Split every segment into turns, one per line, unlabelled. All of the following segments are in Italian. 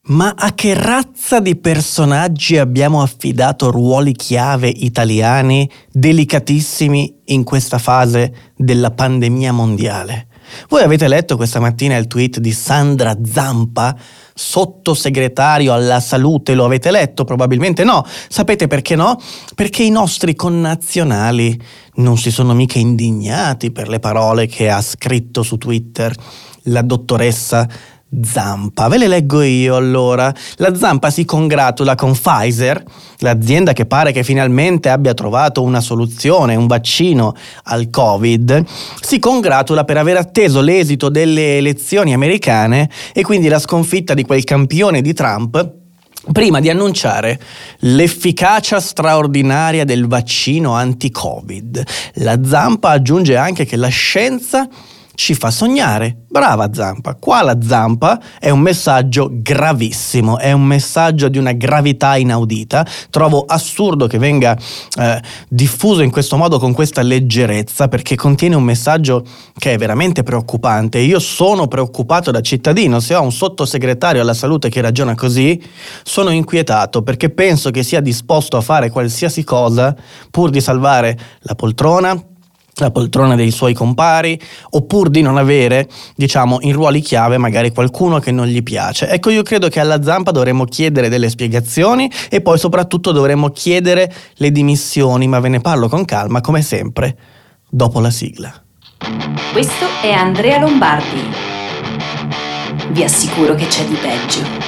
Ma a che razza di personaggi abbiamo affidato ruoli chiave italiani delicatissimi in questa fase della pandemia mondiale? Voi avete letto questa mattina il tweet di Sandra Zampa, sottosegretario alla salute? Lo avete letto? Probabilmente no. Sapete perché no? Perché i nostri connazionali non si sono mica indignati per le parole che ha scritto su Twitter la dottoressa Zampa. Ve le leggo io allora. La Zampa si congratula con Pfizer, l'azienda che pare che finalmente abbia trovato una soluzione, un vaccino al Covid. Si congratula per aver atteso l'esito delle elezioni americane e quindi la sconfitta di quel campione di Trump prima di annunciare l'efficacia straordinaria del vaccino anti-Covid. La Zampa aggiunge anche che la scienza ci fa sognare. Brava Zampa. Qua la Zampa è un messaggio gravissimo, è un messaggio di una gravità inaudita. Trovo assurdo che venga diffuso in questo modo, con questa leggerezza, perché contiene un messaggio che è veramente preoccupante. Io sono preoccupato da cittadino. Se ho un sottosegretario alla salute che ragiona così, sono inquietato, perché penso che sia disposto a fare qualsiasi cosa pur di salvare la poltrona dei suoi compari, oppure di non avere, in ruoli chiave magari qualcuno che non gli piace. Ecco, io credo che alla Zampa dovremmo chiedere delle spiegazioni e poi soprattutto dovremmo chiedere le dimissioni, ma ve ne parlo con calma, come sempre, dopo la sigla.
Questo è Andrea Lombardi. Vi assicuro che c'è di peggio.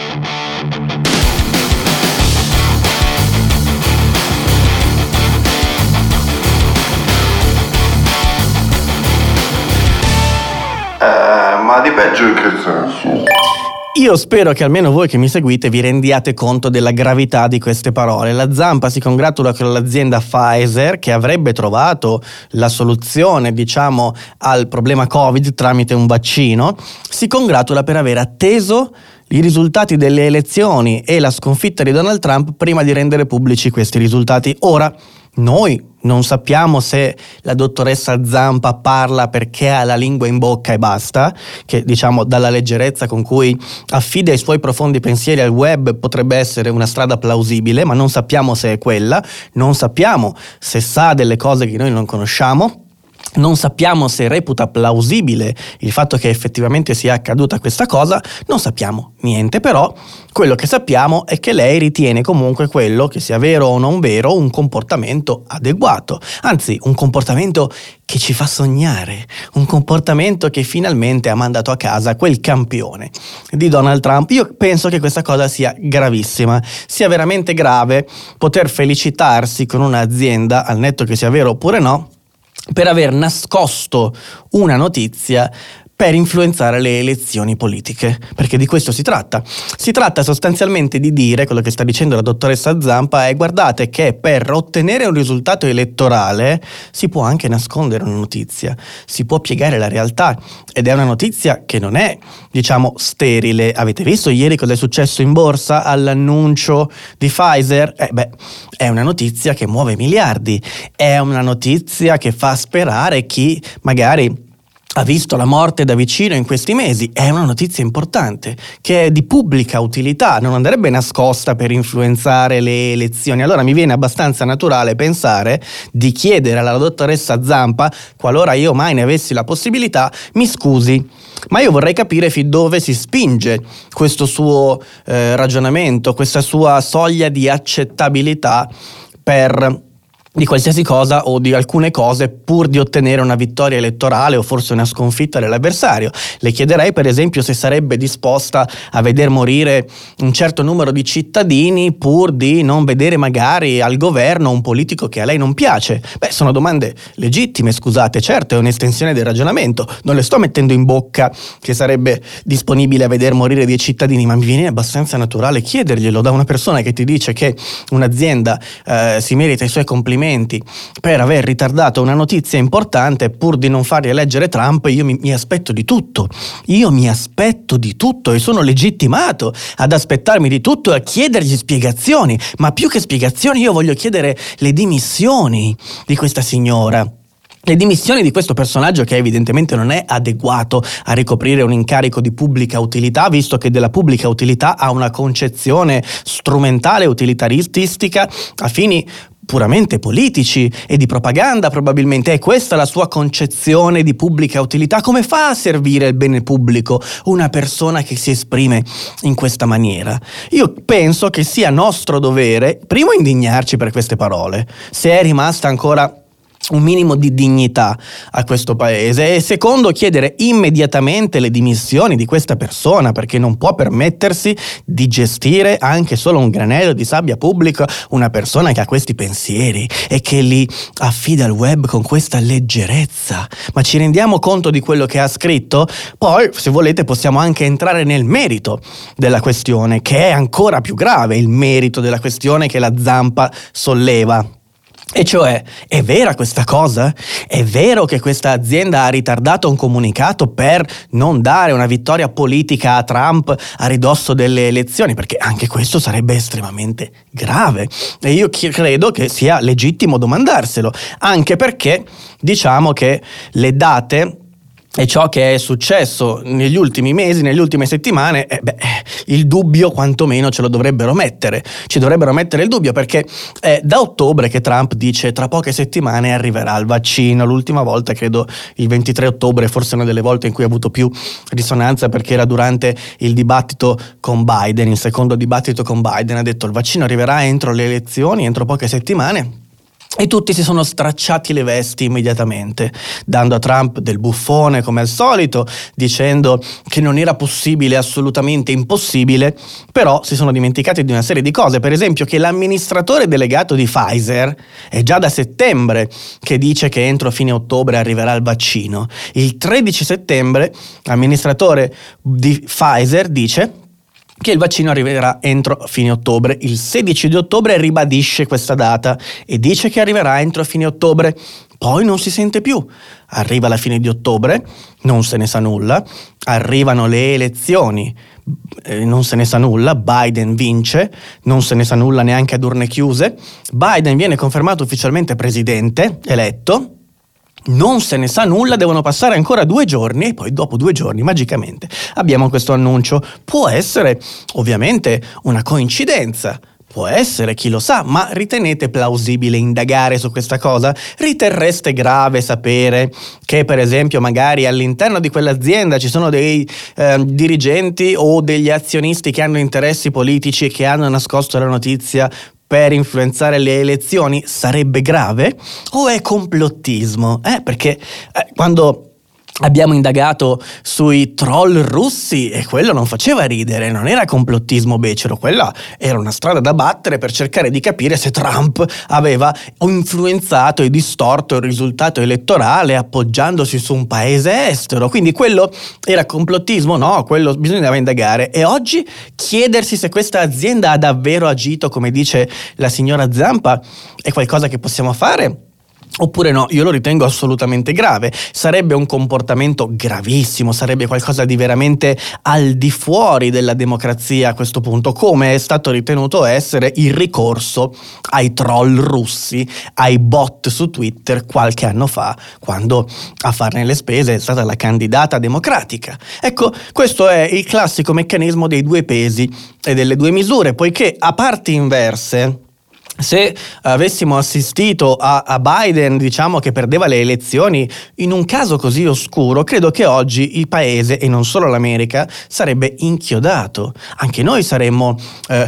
Ma di peggio in che senso?
Io spero che almeno voi che mi seguite vi rendiate conto della gravità di queste parole. La Zampa si congratula con l'azienda Pfizer, che avrebbe trovato la soluzione, al problema Covid tramite un vaccino. Si congratula per aver atteso i risultati delle elezioni e la sconfitta di Donald Trump prima di rendere pubblici questi risultati. Ora, noi non sappiamo se la dottoressa Zampa parla perché ha la lingua in bocca e basta, che dalla leggerezza con cui affida i suoi profondi pensieri al web potrebbe essere una strada plausibile, ma non sappiamo se è quella, non sappiamo se sa delle cose che noi non conosciamo. Non sappiamo se reputa plausibile il fatto che effettivamente sia accaduta questa cosa, non sappiamo niente, però quello che sappiamo è che lei ritiene comunque quello, che sia vero o non vero, un comportamento adeguato, anzi un comportamento che ci fa sognare, un comportamento che finalmente ha mandato a casa quel campione di Donald Trump. Io penso che questa cosa sia gravissima, sia veramente grave poter felicitarsi con un'azienda, al netto che sia vero oppure no, per aver nascosto una notizia per influenzare le elezioni politiche, perché di questo si tratta. Si tratta sostanzialmente di dire, quello che sta dicendo la dottoressa Zampa è: guardate che per ottenere un risultato elettorale si può anche nascondere una notizia, si può piegare la realtà, ed è una notizia che non è, sterile. Avete visto ieri cosa è successo in borsa all'annuncio di Pfizer? È una notizia che muove miliardi, è una notizia che fa sperare chi magari ha visto la morte da vicino in questi mesi. È una notizia importante, che è di pubblica utilità, non andrebbe nascosta per influenzare le elezioni. Allora mi viene abbastanza naturale pensare di chiedere alla dottoressa Zampa, qualora io mai ne avessi la possibilità: mi scusi, ma io vorrei capire fin dove si spinge questo suo ragionamento, questa sua soglia di accettabilità di qualsiasi cosa o di alcune cose pur di ottenere una vittoria elettorale o forse una sconfitta dell'avversario. Le chiederei per esempio se sarebbe disposta a veder morire un certo numero di cittadini pur di non vedere magari al governo un politico che a lei non piace. Sono domande legittime, scusate, certo è un'estensione del ragionamento, non le sto mettendo in bocca che sarebbe disponibile a veder morire dei cittadini, ma mi viene abbastanza naturale chiederglielo da una persona che ti dice che un'azienda si merita i suoi complimenti per aver ritardato una notizia importante pur di non far eleggere Trump. Io mi aspetto di tutto, e sono legittimato ad aspettarmi di tutto e a chiedergli spiegazioni, ma più che spiegazioni io voglio chiedere le dimissioni di questa signora. le dimissioni di questo personaggio, che evidentemente non è adeguato a ricoprire un incarico di pubblica utilità, visto che della pubblica utilità ha una concezione strumentale, utilitaristica, a fini puramente politici e di propaganda probabilmente. È questa la sua concezione di pubblica utilità? Come fa a servire il bene pubblico una persona che si esprime in questa maniera? Io penso che sia nostro dovere, primo, indignarci per queste parole, se è rimasta ancora un minimo di dignità a questo paese, e secondo, chiedere immediatamente le dimissioni di questa persona, perché non può permettersi di gestire anche solo un granello di sabbia pubblica una persona che ha questi pensieri e che li affida al web con questa leggerezza. Ma ci rendiamo conto di quello che ha scritto? Poi, se volete, possiamo anche entrare nel merito della questione, che è ancora più grave, il merito della questione che la Zampa solleva. E cioè, è vera questa cosa? È vero che questa azienda ha ritardato un comunicato per non dare una vittoria politica a Trump a ridosso delle elezioni? Perché anche questo sarebbe estremamente grave. E io credo che sia legittimo domandarselo, anche perché diciamo che le date e ciò che è successo negli ultimi mesi, nelle ultime settimane, il dubbio quantomeno ce lo dovrebbero mettere. Ci dovrebbero mettere il dubbio, perché è da ottobre che Trump dice tra poche settimane arriverà il vaccino. L'ultima volta, credo il 23 ottobre, forse una delle volte in cui ha avuto più risonanza, perché era durante il dibattito con Biden, il secondo dibattito con Biden. Ha detto il vaccino arriverà entro le elezioni, entro poche settimane. E tutti si sono stracciati le vesti immediatamente, dando a Trump del buffone come al solito, dicendo che non era possibile, assolutamente impossibile. Però si sono dimenticati di una serie di cose, per esempio che l'amministratore delegato di Pfizer è già da settembre che dice che entro fine ottobre arriverà il vaccino. Il 13 settembre l'amministratore di Pfizer dice che il vaccino arriverà entro fine ottobre. Il 16 di ottobre ribadisce questa data e dice che arriverà entro fine ottobre. Poi non si sente più. Arriva la fine di ottobre, non se ne sa nulla. Arrivano le elezioni, non se ne sa nulla. Biden vince, non se ne sa nulla neanche ad urne chiuse. Biden viene confermato ufficialmente presidente eletto. Non se ne sa nulla, devono passare ancora 2 giorni e poi dopo 2 giorni magicamente abbiamo questo annuncio. Può essere ovviamente una coincidenza, può essere, chi lo sa, ma ritenete plausibile indagare su questa cosa? Riterreste grave sapere che, per esempio, magari all'interno di quell'azienda ci sono dei dirigenti o degli azionisti che hanno interessi politici e che hanno nascosto la notizia per influenzare le elezioni? Sarebbe grave? O è complottismo? Perché quando abbiamo indagato sui troll russi, e quello non faceva ridere, non era complottismo becero, quella era una strada da battere per cercare di capire se Trump aveva influenzato e distorto il risultato elettorale appoggiandosi su un paese estero. Quindi quello era complottismo? No, quello bisognava indagare. E oggi chiedersi se questa azienda ha davvero agito come dice la signora Zampa è qualcosa che possiamo fare? Oppure no? Io lo ritengo assolutamente grave. Sarebbe un comportamento gravissimo, sarebbe qualcosa di veramente al di fuori della democrazia a questo punto, come è stato ritenuto essere il ricorso ai troll russi, ai bot su Twitter qualche anno fa, quando a farne le spese è stata la candidata democratica. Ecco, questo è il classico meccanismo dei 2 pesi e delle 2 misure, poiché a parti inverse, se avessimo assistito a Biden, diciamo, che perdeva le elezioni in un caso così oscuro, credo che oggi il paese, e non solo l'America, sarebbe inchiodato. Anche noi saremmo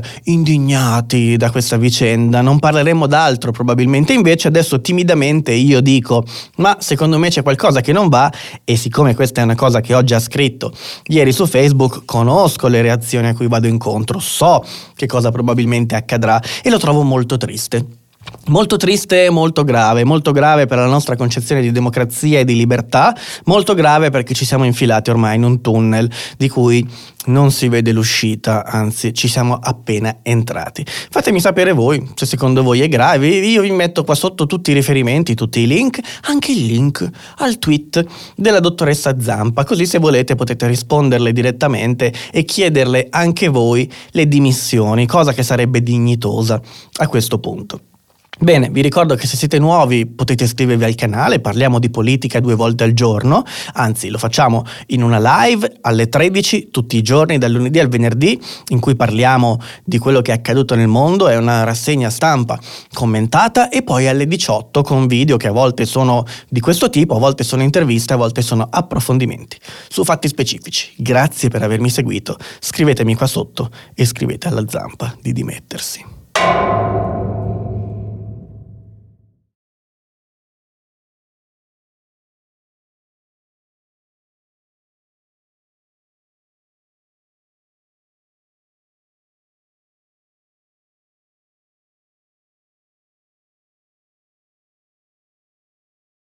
indignati da questa vicenda, non parleremmo d'altro probabilmente. Invece adesso timidamente io dico, ma secondo me c'è qualcosa che non va, e siccome questa è una cosa che oggi ha scritto ieri su Facebook, conosco le reazioni a cui vado incontro, so che cosa probabilmente accadrà, e lo trovo molto triste. Molto triste e molto grave per la nostra concezione di democrazia e di libertà, molto grave perché ci siamo infilati ormai in un tunnel di cui non si vede l'uscita, anzi ci siamo appena entrati. Fatemi sapere voi se secondo voi è grave. Io vi metto qua sotto tutti i riferimenti, tutti i link, anche il link al tweet della dottoressa Zampa, così se volete potete risponderle direttamente e chiederle anche voi le dimissioni, cosa che sarebbe dignitosa a questo punto. Bene, vi ricordo che se siete nuovi potete iscrivervi al canale, parliamo di politica 2 volte al giorno, anzi lo facciamo in una live alle 13 tutti i giorni, dal lunedì al venerdì, in cui parliamo di quello che è accaduto nel mondo, è una rassegna stampa commentata, e poi alle 18 con video che a volte sono di questo tipo, a volte sono interviste, a volte sono approfondimenti su fatti specifici. Grazie per avermi seguito, scrivetemi qua sotto e scrivete alla Zampa di dimettersi.